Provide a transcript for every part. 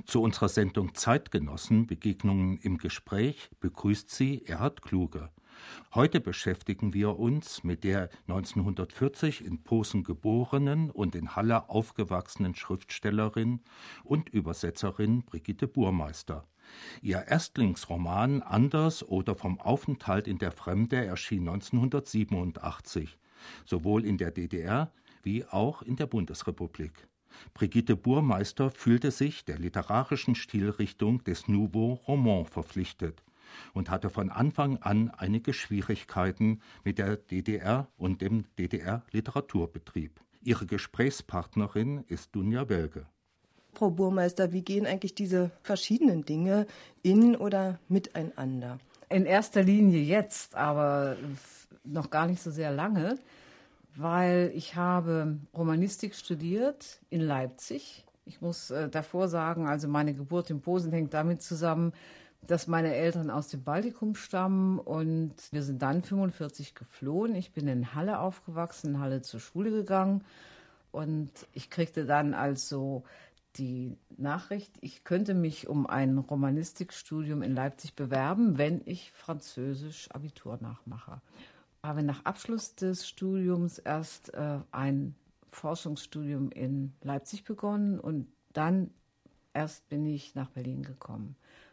Zu unserer Sendung Zeitgenossen, Begegnungen im Gespräch begrüßt sie Erhard Kluge. Heute beschäftigen wir uns mit der 1940 in Posen geborenen und in Halle aufgewachsenen Schriftstellerin und Übersetzerin Brigitte Burmeister. Ihr Erstlingsroman Anders oder vom Aufenthalt in der Fremde erschien 1987, sowohl in der DDR wie auch in der Bundesrepublik. Brigitte Burmeister fühlte sich der literarischen Stilrichtung des Nouveau Roman verpflichtet und hatte von Anfang an einige Schwierigkeiten mit der DDR und dem DDR-Literaturbetrieb. Ihre Gesprächspartnerin ist Dunja Welge. Frau Burmeister, wie gehen eigentlich diese verschiedenen Dinge in oder miteinander? In erster Linie jetzt, aber noch gar nicht so sehr lange, weil ich habe Romanistik studiert in Leipzig. Ich muss davor sagen, also meine Geburt in Posen hängt damit zusammen, dass meine Eltern aus dem Baltikum stammen und wir sind dann 1945 geflohen. Ich bin in Halle aufgewachsen, in Halle zur Schule gegangen und ich kriegte dann also die Nachricht, ich könnte mich um ein Romanistikstudium in Leipzig bewerben, wenn ich Französisch Abitur nachmache. Habe nach Abschluss des Studiums erst ein Forschungsstudium in Leipzig begonnen und dann erst bin ich nach Berlin gekommen,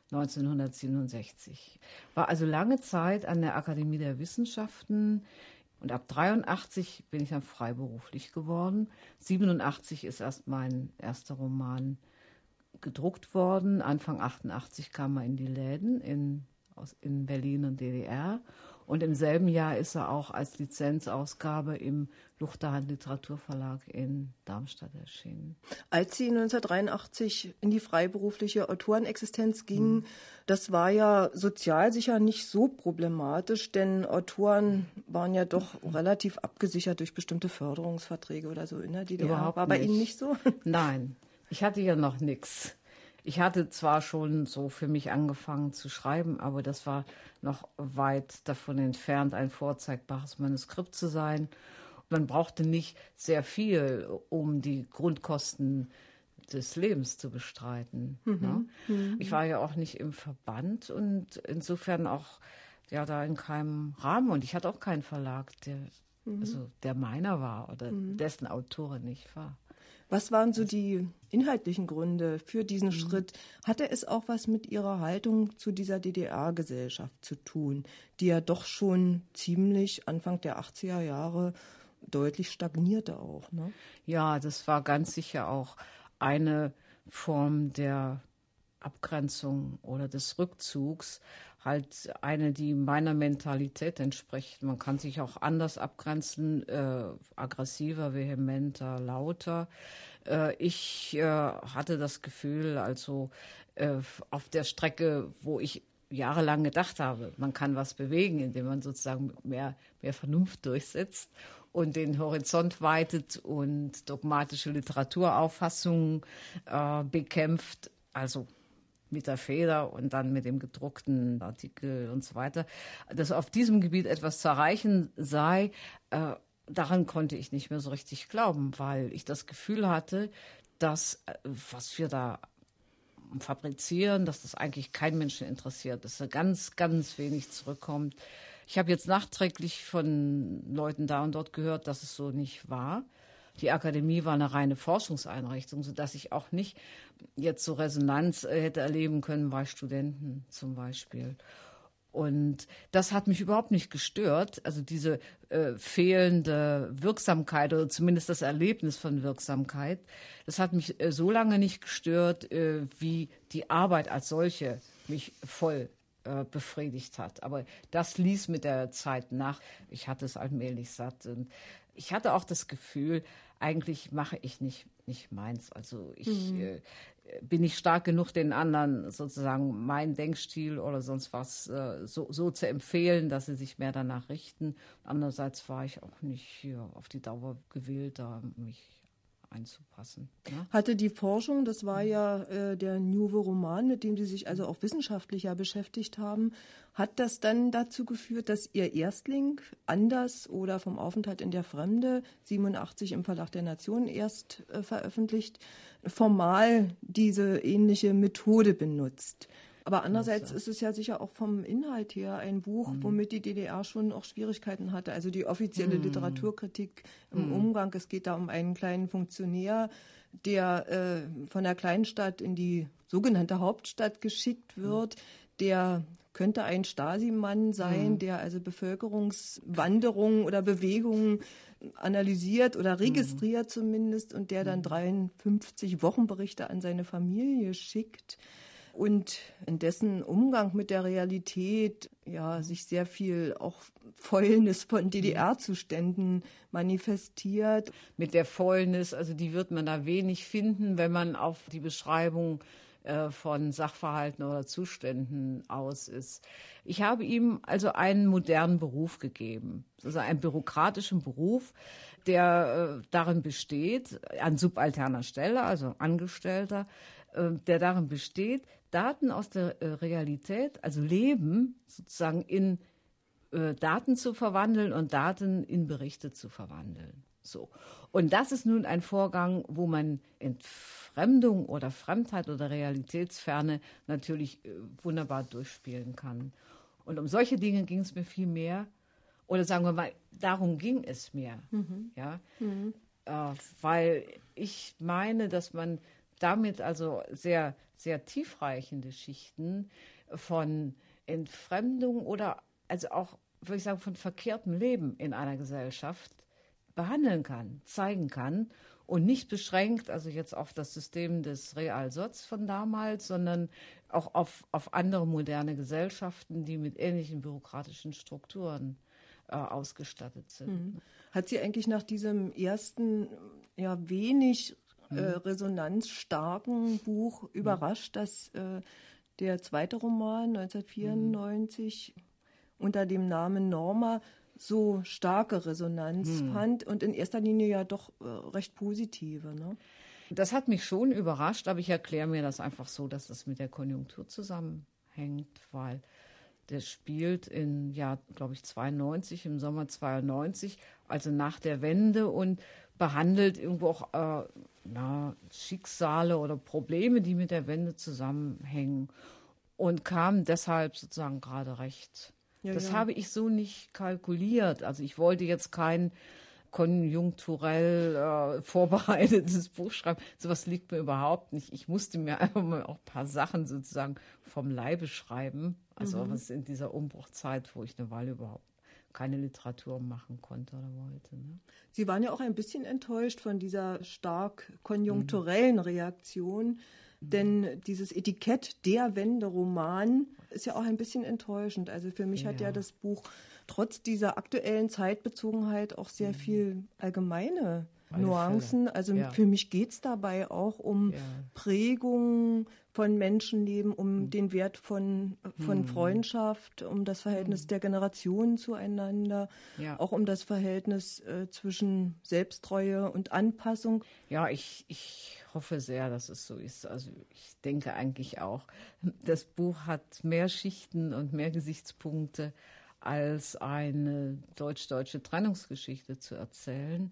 1967. War also lange Zeit an der Akademie der Wissenschaften und ab 1983 bin ich dann freiberuflich geworden. 1987 ist erst mein erster Roman gedruckt worden. Anfang 1988 kam er in die Läden in Berlin und DDR. Und im selben Jahr ist er auch als Lizenzausgabe im Luchterhand Literaturverlag in Darmstadt erschienen. Als Sie 1983 in die freiberufliche Autorenexistenz gingen, das war ja sozial sicher nicht so problematisch, denn Autoren waren ja doch relativ abgesichert durch bestimmte Förderungsverträge oder so in der DDR. Überhaupt war bei nicht. Ihnen nicht so? Nein, ich hatte ja noch nichts. Ich hatte zwar schon so für mich angefangen zu schreiben, aber das war noch weit davon entfernt, ein vorzeigbares Manuskript zu sein. Man brauchte nicht sehr viel, um die Grundkosten des Lebens zu bestreiten. Ne? Ich war ja auch nicht im Verband und insofern auch ja da in keinem Rahmen. Und ich hatte auch keinen Verlag, der meiner war oder dessen Autorin ich war. Was waren so die inhaltlichen Gründe für diesen Schritt? Hatte es auch was mit Ihrer Haltung zu dieser DDR-Gesellschaft zu tun, die ja doch schon ziemlich Anfang der 80er Jahre deutlich stagnierte auch, ne? Ja, das war ganz sicher auch eine Form der Abgrenzung oder des Rückzugs, halt eine, die meiner Mentalität entspricht. Man kann sich auch anders abgrenzen, aggressiver, vehementer, lauter. Ich hatte das Gefühl, also auf der Strecke, wo ich jahrelang gedacht habe, man kann was bewegen, indem man sozusagen mehr Vernunft durchsetzt und den Horizont weitet und dogmatische Literaturauffassungen bekämpft, also mit der Feder und dann mit dem gedruckten Artikel und so weiter, dass auf diesem Gebiet etwas zu erreichen sei, daran konnte ich nicht mehr so richtig glauben, weil ich das Gefühl hatte, dass was wir da fabrizieren, dass das eigentlich kein Menschen interessiert, dass da ganz, ganz wenig zurückkommt. Ich habe jetzt nachträglich von Leuten da und dort gehört, dass es so nicht war. Die Akademie war eine reine Forschungseinrichtung, sodass ich auch nicht jetzt so Resonanz hätte erleben können bei Studenten zum Beispiel. Und das hat mich überhaupt nicht gestört, also diese fehlende Wirksamkeit oder zumindest das Erlebnis von Wirksamkeit. Das hat mich so lange nicht gestört, wie die Arbeit als solche mich voll befriedigt hat. Aber das ließ mit der Zeit nach. Ich hatte es allmählich satt. Und ich hatte auch das Gefühl, eigentlich mache ich nicht meins. Also ich bin nicht stark genug, den anderen sozusagen meinen Denkstil oder sonst was so zu empfehlen, dass sie sich mehr danach richten. Andererseits war ich auch nicht auf die Dauer gewillt, da mich einzupassen. Ne? Hatte die Forschung, das war ja der Nouveau Roman, mit dem Sie sich also auch wissenschaftlich ja beschäftigt haben, hat das dann dazu geführt, dass Ihr Erstling Anders oder vom Aufenthalt in der Fremde, 87 im Verlag der Nation erst veröffentlicht, formal diese ähnliche Methode benutzt? Aber andererseits ist es ja sicher auch vom Inhalt her ein Buch, womit die DDR schon auch Schwierigkeiten hatte. Also die offizielle Literaturkritik im Umgang. Es geht da um einen kleinen Funktionär, der von der Kleinstadt in die sogenannte Hauptstadt geschickt wird. Der könnte ein Stasi-Mann sein, der also Bevölkerungswanderungen oder Bewegungen analysiert oder registriert zumindest und der dann 53 Wochenberichte an seine Familie schickt. Und in dessen Umgang mit der Realität ja sich sehr viel auch Fäulnis von DDR-Zuständen manifestiert. Mit der Fäulnis, also die wird man da wenig finden, wenn man auf die Beschreibung von Sachverhalten oder Zuständen aus ist. Ich habe ihm also einen modernen Beruf gegeben, also einen bürokratischen Beruf, der darin besteht, an subalterner Stelle, also Angestellter, der darin besteht, Daten aus der Realität, also Leben sozusagen in Daten zu verwandeln und Daten in Berichte zu verwandeln. So. Und das ist nun ein Vorgang, wo man Entfremdung oder Fremdheit oder Realitätsferne natürlich wunderbar durchspielen kann. Und um solche Dinge ging es mir viel mehr. Oder sagen wir mal, darum ging es mir. Ja? Weil ich meine, dass man damit also sehr, sehr tiefreichende Schichten von Entfremdung oder also auch, würde ich sagen, von verkehrtem Leben in einer Gesellschaft behandeln kann, zeigen kann und nicht beschränkt, also jetzt auf das System des Realsoz von damals, sondern auch auf andere moderne Gesellschaften, die mit ähnlichen bürokratischen Strukturen ausgestattet sind. Hat Sie eigentlich nach diesem ersten, ja wenig resonanzstarken Buch überrascht, dass der zweite Roman 1994 unter dem Namen Norma so starke Resonanz fand und in erster Linie ja doch recht positive, ne? Das hat mich schon überrascht, aber ich erkläre mir das einfach so, dass das mit der Konjunktur zusammenhängt, weil der spielt in, ja, glaube ich, 92, im Sommer 92, also nach der Wende und behandelt irgendwo auch Schicksale oder Probleme, die mit der Wende zusammenhängen und kam deshalb sozusagen gerade recht. Das habe ich so nicht kalkuliert. Also ich wollte jetzt kein konjunkturell vorbereitetes Buch schreiben. Sowas liegt mir überhaupt nicht. Ich musste mir einfach mal auch ein paar Sachen sozusagen vom Leibe schreiben. Also was in dieser Umbruchzeit, wo ich eine Weile überhaupt keine Literatur machen konnte oder wollte. Ne? Sie waren ja auch ein bisschen enttäuscht von dieser stark konjunkturellen Reaktion, denn dieses Etikett der Wende-Roman ist ja auch ein bisschen enttäuschend. Also für mich hat ja das Buch trotz dieser aktuellen Zeitbezogenheit auch sehr viel allgemeine Nuancen. Also für mich geht es dabei auch um Prägung von Menschenleben, um den Wert von Freundschaft, um das Verhältnis der Generationen zueinander, auch um das Verhältnis zwischen Selbsttreue und Anpassung. Ja, ich hoffe sehr, dass es so ist. Also ich denke eigentlich auch, das Buch hat mehr Schichten und mehr Gesichtspunkte als eine deutsch-deutsche Trennungsgeschichte zu erzählen.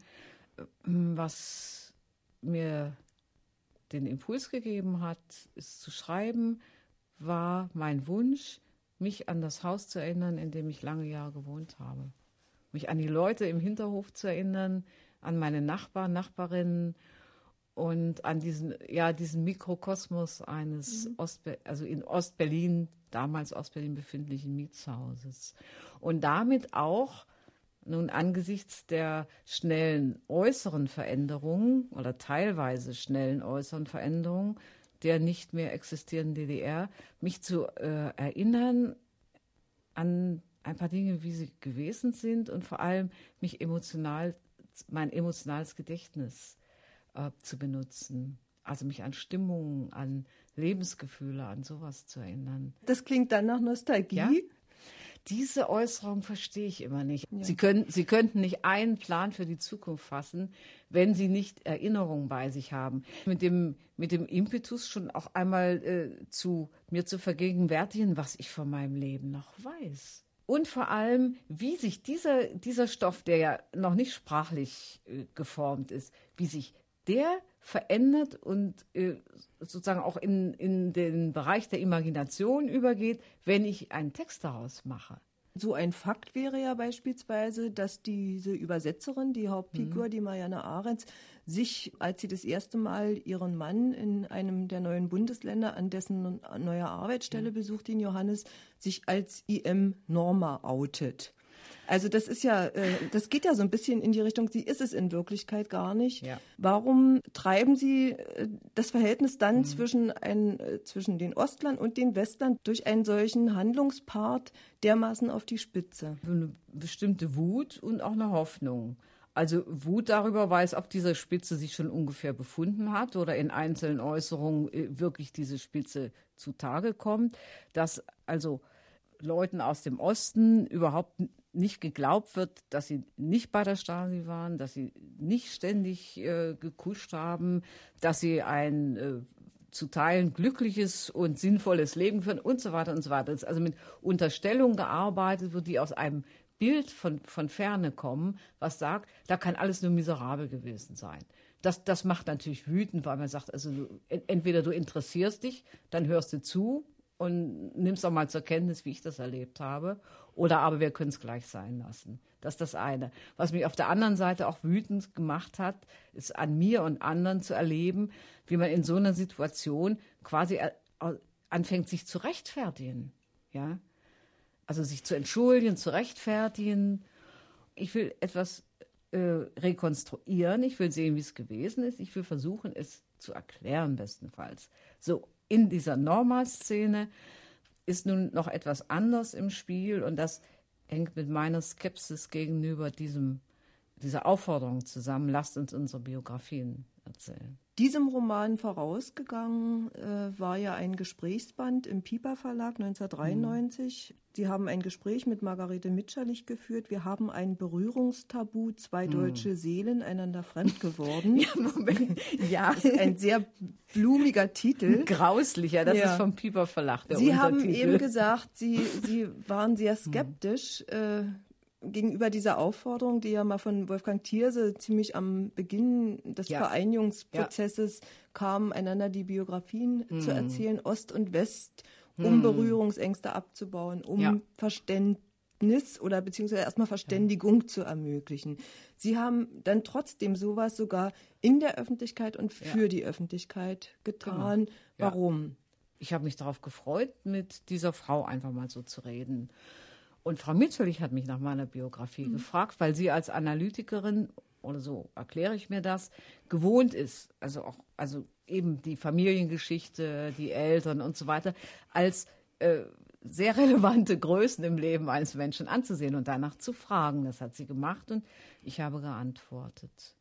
Was mir den Impuls gegeben hat, es zu schreiben, war mein Wunsch, mich an das Haus zu erinnern, in dem ich lange Jahre gewohnt habe. Mich an die Leute im Hinterhof zu erinnern, an meine Nachbarn, Nachbarinnen und an diesen Mikrokosmos eines in Ostberlin, damals Ostberlin befindlichen Mietshauses. Und damit auch nun angesichts der schnellen äußeren Veränderungen oder teilweise schnellen äußeren Veränderungen der nicht mehr existierenden DDR, mich zu erinnern an ein paar Dinge, wie sie gewesen sind und vor allem mein emotionales Gedächtnis zu benutzen. Also mich an Stimmungen, an Lebensgefühle, an sowas zu erinnern. Das klingt dann nach Nostalgie? Ja? Diese Äußerung verstehe ich immer nicht. Ja. Sie könnten nicht einen Plan für die Zukunft fassen, wenn Sie nicht Erinnerungen bei sich haben. Mit dem Impetus schon auch einmal mir zu vergegenwärtigen, was ich von meinem Leben noch weiß. Und vor allem, wie sich dieser Stoff, der ja noch nicht sprachlich geformt ist, wie sich der verändert und sozusagen auch in den Bereich der Imagination übergeht, wenn ich einen Text daraus mache. So ein Fakt wäre ja beispielsweise, dass diese Übersetzerin, die Hauptfigur, die Marianne Arends, sich, als sie das erste Mal ihren Mann in einem der neuen Bundesländer an dessen neuer Arbeitsstelle besucht, in Johannes, sich als I.M. Norma outet. Also das ist ja, das geht ja so ein bisschen in die Richtung, sie ist es in Wirklichkeit gar nicht. Ja. Warum treiben Sie das Verhältnis dann zwischen den Ostlern und den Westlern durch einen solchen Handlungspart dermaßen auf die Spitze? Eine bestimmte Wut und auch eine Hoffnung. Also Wut darüber, weil es auf dieser Spitze sich schon ungefähr befunden hat oder in einzelnen Äußerungen wirklich diese Spitze zutage kommt, dass also Leuten aus dem Osten überhaupt nicht geglaubt wird, dass sie nicht bei der Stasi waren, dass sie nicht ständig gekuscht haben, dass sie ein zu Teilen glückliches und sinnvolles Leben führen und so weiter und so weiter. Es ist also mit Unterstellungen gearbeitet wird, die aus einem Bild von Ferne kommen, was sagt, da kann alles nur miserabel gewesen sein. Das macht natürlich wütend, weil man sagt, also entweder du interessierst dich, dann hörst du zu und nimmst auch mal zur Kenntnis, wie ich das erlebt habe, oder aber wir können es gleich sein lassen. Das ist das eine. Was mich auf der anderen Seite auch wütend gemacht hat, ist an mir und anderen zu erleben, wie man in so einer Situation quasi anfängt, sich zu rechtfertigen. Ja? Also sich zu entschuldigen, zu rechtfertigen. Ich will etwas rekonstruieren, ich will sehen, wie es gewesen ist, ich will versuchen, es zu erklären bestenfalls. So, in dieser Norma-Szene ist nun noch etwas anders im Spiel und das hängt mit meiner Skepsis gegenüber dieser Aufforderung zusammen, lasst uns unsere Biografien erzählen. Diesem Roman vorausgegangen war ja ein Gesprächsband im Piper Verlag 1993. Sie haben ein Gespräch mit Margarete Mitscherlich geführt. Wir haben ein Berührungstabu, zwei deutsche Seelen einander fremd geworden. Ja, Moment. Ja. Das ist ein sehr blumiger Titel. Grauslicher, das ist vom Piper Verlag der Sie Untertitel. haben eben gesagt, Sie waren sehr skeptisch gegenüber dieser Aufforderung, die ja mal von Wolfgang Thierse ziemlich am Beginn des Vereinigungsprozesses kam, einander die Biografien zu erzählen, Ost und West, um Berührungsängste abzubauen, um Verständnis oder beziehungsweise erstmal Verständigung zu ermöglichen. Sie haben dann trotzdem sowas sogar in der Öffentlichkeit und für die Öffentlichkeit getan. Genau. Warum? Ich habe mich darauf gefreut, mit dieser Frau einfach mal so zu reden. Und Frau Mitscherlich hat mich nach meiner Biografie gefragt, weil sie als Analytikerin, oder so erkläre ich mir das, gewohnt ist, also eben die Familiengeschichte, die Eltern und so weiter, als sehr relevante Größen im Leben eines Menschen anzusehen und danach zu fragen. Das hat sie gemacht und ich habe geantwortet.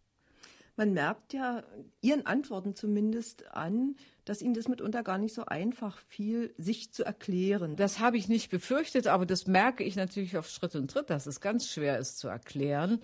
Man merkt ja Ihren Antworten zumindest an, dass Ihnen das mitunter gar nicht so einfach fiel, sich zu erklären. Das habe ich nicht befürchtet, aber das merke ich natürlich auf Schritt und Tritt, dass es ganz schwer ist zu erklären.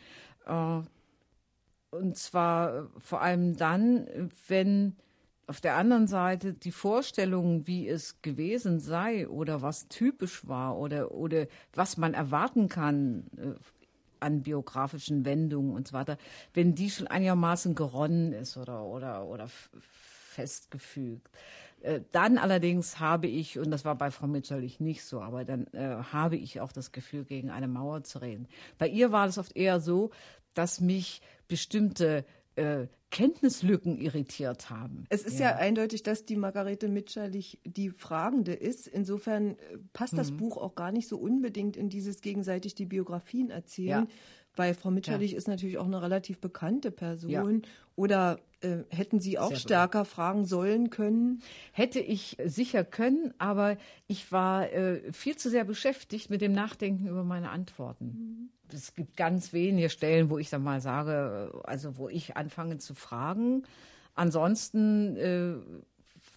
Und zwar vor allem dann, wenn auf der anderen Seite die Vorstellung, wie es gewesen sei oder was typisch war oder was man erwarten kann an biografischen Wendungen und so weiter, wenn die schon einigermaßen geronnen ist oder festgefügt. Dann allerdings habe ich, und das war bei Frau Mitscherlich nicht so, aber dann habe ich auch das Gefühl, gegen eine Mauer zu reden. Bei ihr war es oft eher so, dass mich bestimmte Kenntnislücken irritiert haben. Es ist ja eindeutig, dass die Margarete Mitscherlich die Fragende ist. Insofern passt das Buch auch gar nicht so unbedingt in dieses gegenseitig die Biografien erzählen, weil Frau Mitscherlich ist natürlich auch eine relativ bekannte Person. Ja. Oder hätten Sie auch stärker fragen sollen können? Hätte ich sicher können, aber ich war viel zu sehr beschäftigt mit dem Nachdenken über meine Antworten. Es gibt ganz wenige Stellen, wo ich dann mal sage, also wo ich anfange zu fragen. Ansonsten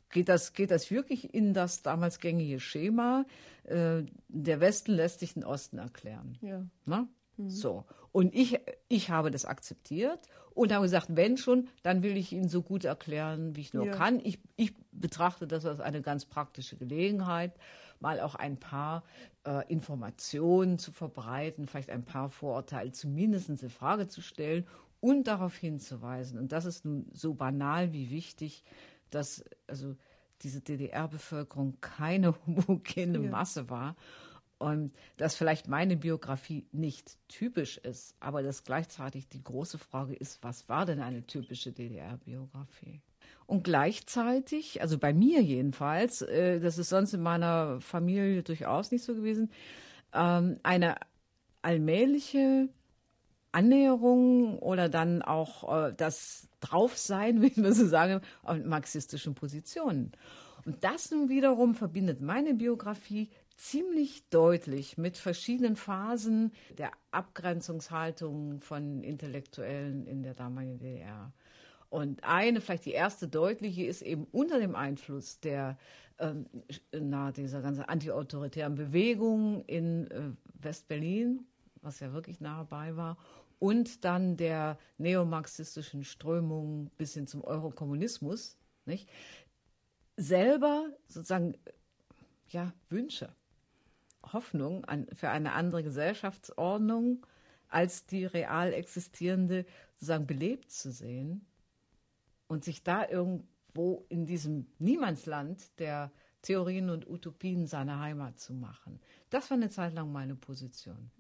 geht das wirklich in das damals gängige Schema, der Westen lässt sich den Osten erklären. Ja. Na? So. Und ich habe das akzeptiert und habe gesagt, wenn schon, dann will ich Ihnen so gut erklären, wie ich nur kann. Ich betrachte das als eine ganz praktische Gelegenheit, mal auch ein paar Informationen zu verbreiten, vielleicht ein paar Vorurteile zumindest in Frage zu stellen und darauf hinzuweisen. Und das ist nun so banal wie wichtig, dass also diese DDR-Bevölkerung keine homogene Masse war. Und dass vielleicht meine Biografie nicht typisch ist, aber dass gleichzeitig die große Frage ist, was war denn eine typische DDR-Biografie? Und gleichzeitig, also bei mir jedenfalls, das ist sonst in meiner Familie durchaus nicht so gewesen, eine allmähliche Annäherung oder dann auch das Draufsein, wie man so sagen, auf marxistischen Positionen. Und das nun wiederum verbindet meine Biografie ziemlich deutlich mit verschiedenen Phasen der Abgrenzungshaltung von Intellektuellen in der damaligen DDR. Und vielleicht die erste deutliche, ist eben unter dem Einfluss dieser ganzen antiautoritären Bewegung in West-Berlin, was ja wirklich nahe bei war, und dann der neomarxistischen Strömung bis hin zum Eurokommunismus, nicht? Selber sozusagen Wünsche, Hoffnung für eine andere Gesellschaftsordnung als die real existierende sozusagen belebt zu sehen und sich da irgendwo in diesem Niemandsland der Theorien und Utopien seine Heimat zu machen. Das war eine Zeit lang meine Position.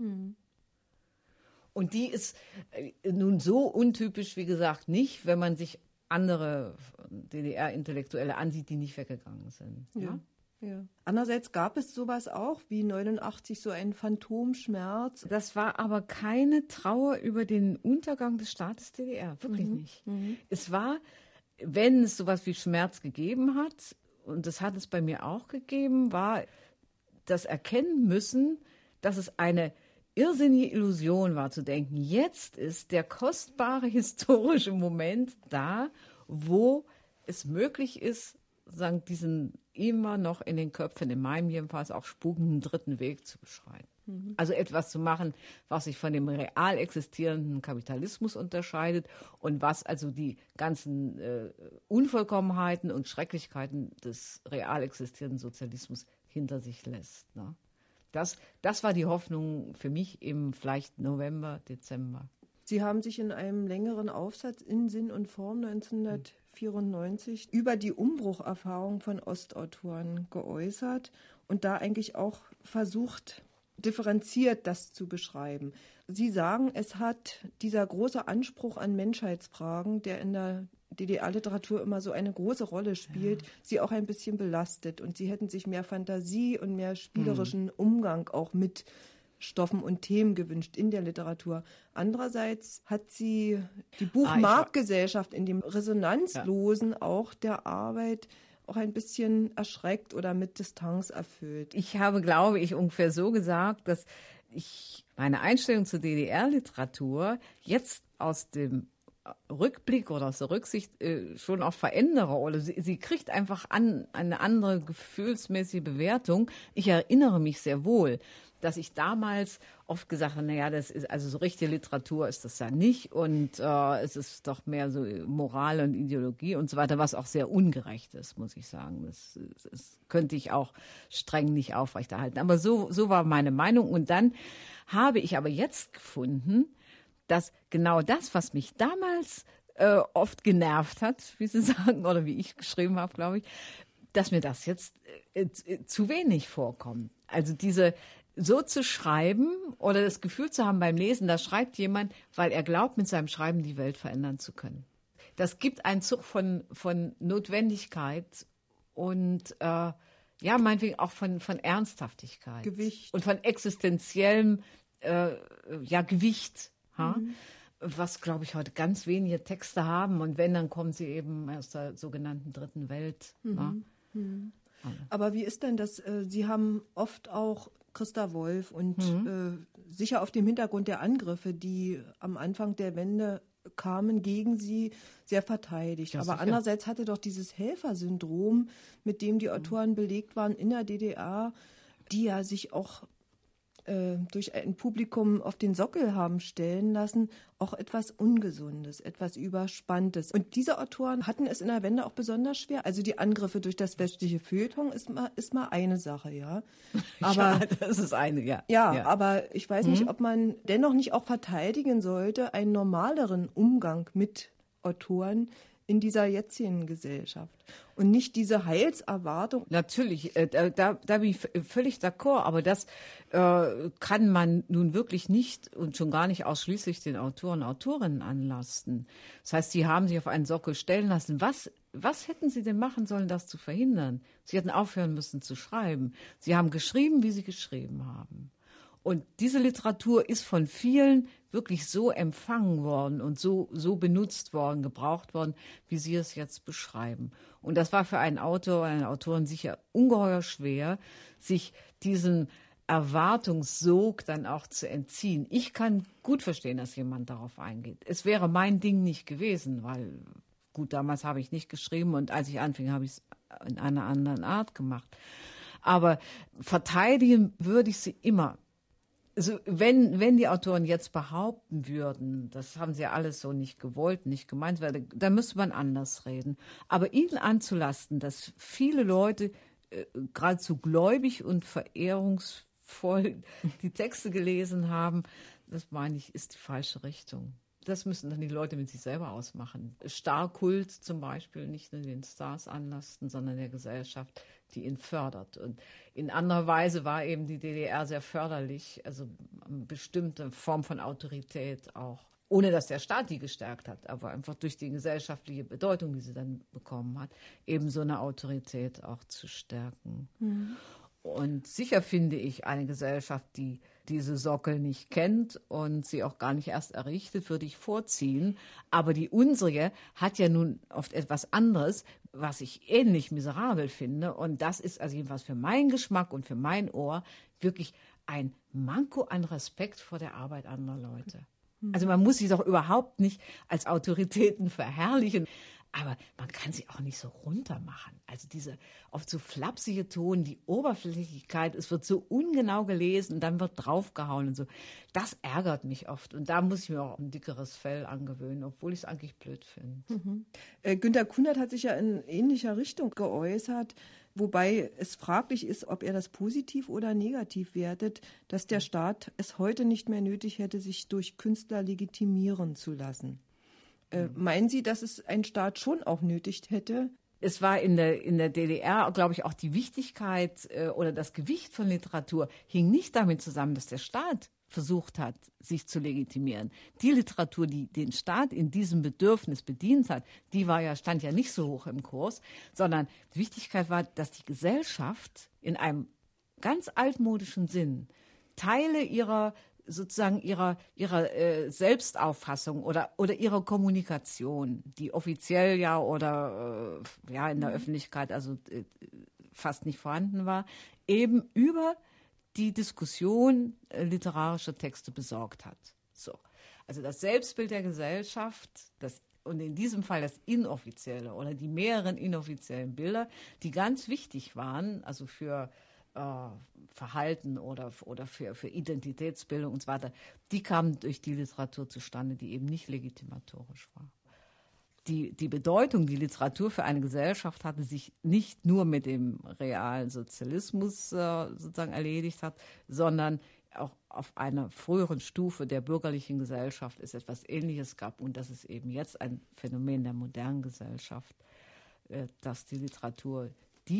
Und die ist nun so untypisch, wie gesagt, nicht, wenn man sich andere DDR-Intellektuelle ansieht, die nicht weggegangen sind. Ja. Ja. Andererseits gab es sowas auch wie 89, so einen Phantomschmerz. Das war aber keine Trauer über den Untergang des Staates DDR, wirklich nicht. Es war, wenn es sowas wie Schmerz gegeben hat, und das hat es bei mir auch gegeben, war das Erkennen müssen, dass es eine irrsinnige Illusion war, zu denken, jetzt ist der kostbare historische Moment da, wo es möglich ist, sozusagen diesen immer noch in den Köpfen, in meinem jedenfalls auch spukenden dritten Weg zu beschreiten. Also etwas zu machen, was sich von dem real existierenden Kapitalismus unterscheidet und was also die ganzen Unvollkommenheiten und Schrecklichkeiten des real existierenden Sozialismus hinter sich lässt. Ne? Das war die Hoffnung für mich im vielleicht November, Dezember. Sie haben sich in einem längeren Aufsatz in Sinn und Form 1994 über die Umbrucherfahrung von Ostautoren geäußert und da eigentlich auch versucht, differenziert das zu beschreiben. Sie sagen, es hat dieser große Anspruch an Menschheitsfragen, der in der DDR-Literatur immer so eine große Rolle spielt, sie auch ein bisschen belastet. Und sie hätten sich mehr Fantasie und mehr spielerischen Umgang auch mit Stoffen und Themen gewünscht in der Literatur. Andererseits hat sie die Buchmarktgesellschaft in dem Resonanzlosen auch der Arbeit auch ein bisschen erschreckt oder mit Distanz erfüllt. Ich habe, glaube ich, ungefähr so gesagt, dass ich meine Einstellung zur DDR-Literatur jetzt aus dem Rückblick oder aus der Rücksicht schon auch verändere. Oder sie kriegt einfach eine andere gefühlsmäßige Bewertung. Ich erinnere mich sehr wohl, dass ich damals oft gesagt habe, naja, das ist also so richtige Literatur ist das ja nicht und es ist doch mehr so Moral und Ideologie und so weiter, was auch sehr ungerecht ist, muss ich sagen. Das könnte ich auch streng nicht aufrechterhalten. Aber so war meine Meinung. Und dann habe ich aber jetzt gefunden, dass genau das, was mich damals oft genervt hat, wie Sie sagen, oder wie ich geschrieben habe, glaube ich, dass mir das jetzt zu wenig vorkommt. Also so zu schreiben oder das Gefühl zu haben beim Lesen, da schreibt jemand, weil er glaubt, mit seinem Schreiben die Welt verändern zu können. Das gibt einen Zug von Notwendigkeit und meinetwegen auch von Ernsthaftigkeit. Gewicht. Und von existenziellem Gewicht. Was, glaube ich, heute ganz wenige Texte haben. Und wenn, dann kommen sie eben aus der sogenannten Dritten Welt. Aber wie ist denn das? Sie haben oft auch Christa Wolf und sicher auf dem Hintergrund der Angriffe, die am Anfang der Wende kamen gegen sie, sehr verteidigt. Ja, aber sicher. andererseits hatte doch dieses Helfersyndrom, mit dem die Autoren belegt waren in der DDR, die ja sich auch durch ein Publikum auf den Sockel haben stellen lassen, auch etwas Ungesundes, etwas Überspanntes. Und diese Autoren hatten es in der Wende auch besonders schwer. Also die Angriffe durch das westliche Feuilleton ist mal eine Sache, ja. Aber ja, das ist eine, ja. ja, aber ich weiß nicht, ob man dennoch nicht auch verteidigen sollte, einen normaleren Umgang mit Autoren in dieser jetzigen Gesellschaft und nicht diese Heilserwartung. Natürlich, da bin ich völlig d'accord, aber das kann man nun wirklich nicht und schon gar nicht ausschließlich den Autoren und Autorinnen anlasten. Das heißt, sie haben sich auf einen Sockel stellen lassen. Was hätten sie denn machen sollen, das zu verhindern? Sie hätten aufhören müssen zu schreiben. Sie haben geschrieben, wie sie geschrieben haben. Und diese Literatur ist von vielen wirklich so empfangen worden und so benutzt worden, gebraucht worden, wie Sie es jetzt beschreiben. Und das war für einen Autor, eine Autorin sicher ungeheuer schwer, sich diesen Erwartungssog dann auch zu entziehen. Ich kann gut verstehen, dass jemand darauf eingeht. Es wäre mein Ding nicht gewesen, weil, gut, damals habe ich nicht geschrieben und als ich anfing, habe ich es in einer anderen Art gemacht. Aber verteidigen würde ich sie immer. Also wenn die Autoren jetzt behaupten würden, das haben sie ja alles so nicht gewollt, nicht gemeint, dann müsste man anders reden. Aber ihnen anzulasten, dass viele Leute geradezu gläubig und verehrungsvoll die Texte gelesen haben, das meine ich, ist die falsche Richtung. Das müssen dann die Leute mit sich selber ausmachen. Starkult zum Beispiel nicht nur den Stars anlasten, sondern der Gesellschaft, die ihn fördert. Und in anderer Weise war eben die DDR sehr förderlich, also eine bestimmte Form von Autorität auch. Ohne dass der Staat die gestärkt hat, aber einfach durch die gesellschaftliche Bedeutung, die sie dann bekommen hat, eben so eine Autorität auch zu stärken. Mhm. Und sicher finde ich, eine Gesellschaft, die diese Sockel nicht kennt und sie auch gar nicht erst errichtet, würde ich vorziehen. Aber die unsere hat ja nun oft etwas anderes, was ich ähnlich miserabel finde. Und das ist also jedenfalls für meinen Geschmack und für mein Ohr wirklich ein Manko an Respekt vor der Arbeit anderer Leute. Also man muss sie doch überhaupt nicht als Autoritäten verherrlichen. Aber man kann sie auch nicht so runter machen. Also diese oft so flapsige Ton, die Oberflächlichkeit, es wird so ungenau gelesen, dann wird draufgehauen und so. Das ärgert mich oft. Und da muss ich mir auch ein dickeres Fell angewöhnen, obwohl ich es eigentlich blöd finde. Mhm. Günter Kunert hat sich ja in ähnlicher Richtung geäußert, wobei es fraglich ist, ob er das positiv oder negativ wertet, dass der Staat es heute nicht mehr nötig hätte, sich durch Künstler legitimieren zu lassen. Meinen Sie, dass es ein Staat schon auch nötig hätte? Es war in der DDR, glaube ich, auch die Wichtigkeit oder das Gewicht von Literatur hing nicht damit zusammen, dass der Staat versucht hat, sich zu legitimieren. Die Literatur, die den Staat in diesem Bedürfnis bedient hat, die stand ja nicht so hoch im Kurs, sondern die Wichtigkeit war, dass die Gesellschaft in einem ganz altmodischen Sinn Teile ihrer Selbstauffassung oder ihrer Kommunikation, die offiziell ja oder in der Öffentlichkeit also fast nicht vorhanden war, eben über die Diskussion literarischer Texte besorgt hat. So. Also das Selbstbild der Gesellschaft, und in diesem Fall das inoffizielle oder die mehreren inoffiziellen Bilder, die ganz wichtig waren, also für Verhalten oder für Identitätsbildung und so weiter, die kamen durch die Literatur zustande, die eben nicht legitimatorisch war. Die Bedeutung, die Literatur für eine Gesellschaft hatte, sich nicht nur mit dem realen Sozialismus sozusagen erledigt hat, sondern auch auf einer früheren Stufe der bürgerlichen Gesellschaft es etwas Ähnliches gab. Und das ist eben jetzt ein Phänomen der modernen Gesellschaft, dass die Literatur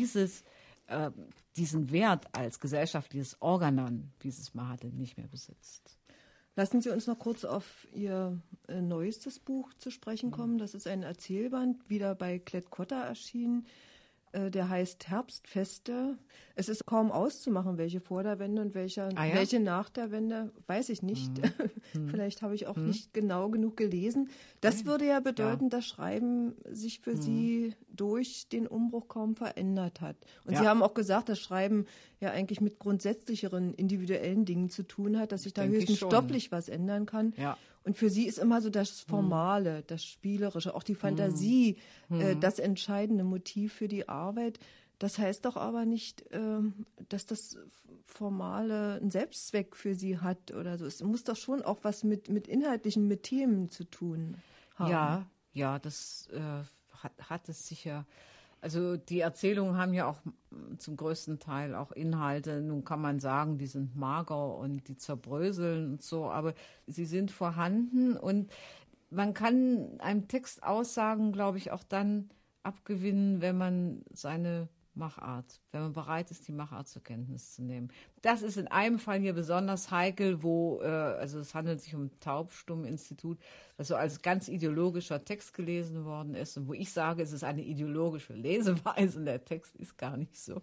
diesen Wert als gesellschaftliches Organon, wie es mal hatte, nicht mehr besitzt. Lassen Sie uns noch kurz auf Ihr neuestes Buch zu sprechen kommen. Das ist ein Erzählband, wieder bei Klett-Cotta erschienen. Der heißt Herbstfeste. Es ist kaum auszumachen, welche vor der Wende und welche nach der Wende, weiß ich nicht. Vielleicht habe ich auch nicht genau genug gelesen. Das würde ja bedeuten, dass Schreiben sich für Sie durch den Umbruch kaum verändert hat. Und Ja. Sie haben auch gesagt, dass Schreiben ja eigentlich mit grundsätzlicheren individuellen Dingen zu tun hat, dass sich da Denke ich höchstens schon. stofflich was ändern kann. Ja. Und für Sie ist immer so das Formale, das Spielerische, auch die Fantasie das entscheidende Motiv für die Arbeit. Das heißt doch aber nicht, dass das Formale einen Selbstzweck für Sie hat oder so. Es muss doch schon auch was mit Inhaltlichen, mit Themen zu tun haben. Ja, das hat es sicher. Also die Erzählungen haben ja auch zum größten Teil auch Inhalte. Nun kann man sagen, die sind mager und die zerbröseln und so, aber sie sind vorhanden und man kann einem Text Aussagen, glaube ich, auch dann abgewinnen, wenn man seine Machart, wenn man bereit ist, die Machart zur Kenntnis zu nehmen. Das ist in einem Fall hier besonders heikel, wo, also es handelt sich um ein Taubstumm-Institut, das so als ganz ideologischer Text gelesen worden ist und wo ich sage, es ist eine ideologische Leseweise und der Text ist gar nicht so.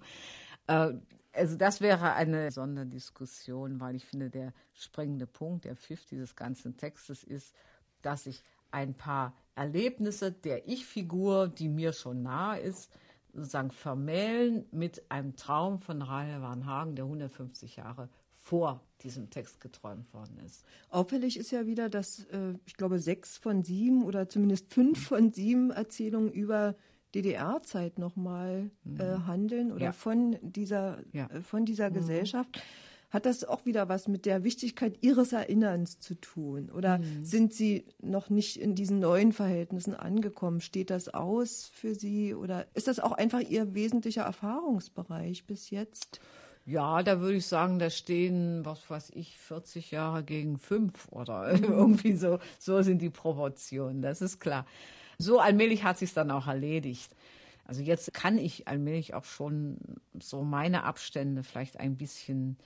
Also das wäre eine Sonderdiskussion, weil ich finde, der springende Punkt, der Pfiff dieses ganzen Textes ist, dass sich ein paar Erlebnisse der Ich-Figur, die mir schon nahe ist, sozusagen vermählen mit einem Traum von Rahel Varnhagen, der 150 Jahre vor diesem Text geträumt worden ist. Auffällig ist ja wieder, dass ich glaube 6 von 7 oder zumindest 5 von 7 Erzählungen über DDR-Zeit nochmal handeln oder von dieser Gesellschaft. Hat das auch wieder was mit der Wichtigkeit Ihres Erinnerns zu tun? Oder sind Sie noch nicht in diesen neuen Verhältnissen angekommen? Steht das aus für Sie? Oder ist das auch einfach Ihr wesentlicher Erfahrungsbereich bis jetzt? Ja, da würde ich sagen, da stehen, was weiß ich, 40 Jahre gegen 5 oder irgendwie so. So sind die Proportionen, das ist klar. So allmählich hat sich's dann auch erledigt. Also jetzt kann ich allmählich auch schon so meine Abstände vielleicht ein bisschen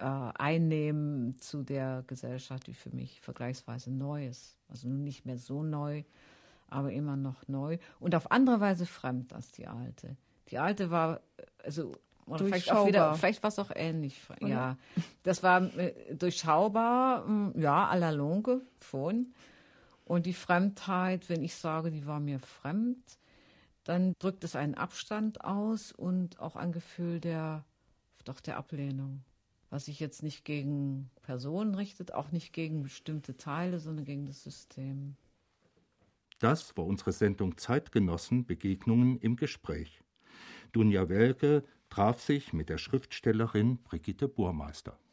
einnehmen zu der Gesellschaft, die für mich vergleichsweise neu ist. Also nicht mehr so neu, aber immer noch neu. Und auf andere Weise fremd als die alte. Die alte war, also oder vielleicht war es auch ähnlich. Oder? Ja, das war durchschaubar, ja, à la longue schon. Und die Fremdheit, wenn ich sage, die war mir fremd, dann drückt es einen Abstand aus und auch ein Gefühl der Ablehnung. Was sich jetzt nicht gegen Personen richtet, auch nicht gegen bestimmte Teile, sondern gegen das System. Das war unsere Sendung Zeitgenossen Begegnungen im Gespräch. Dunja Welke traf sich mit der Schriftstellerin Brigitte Burmeister.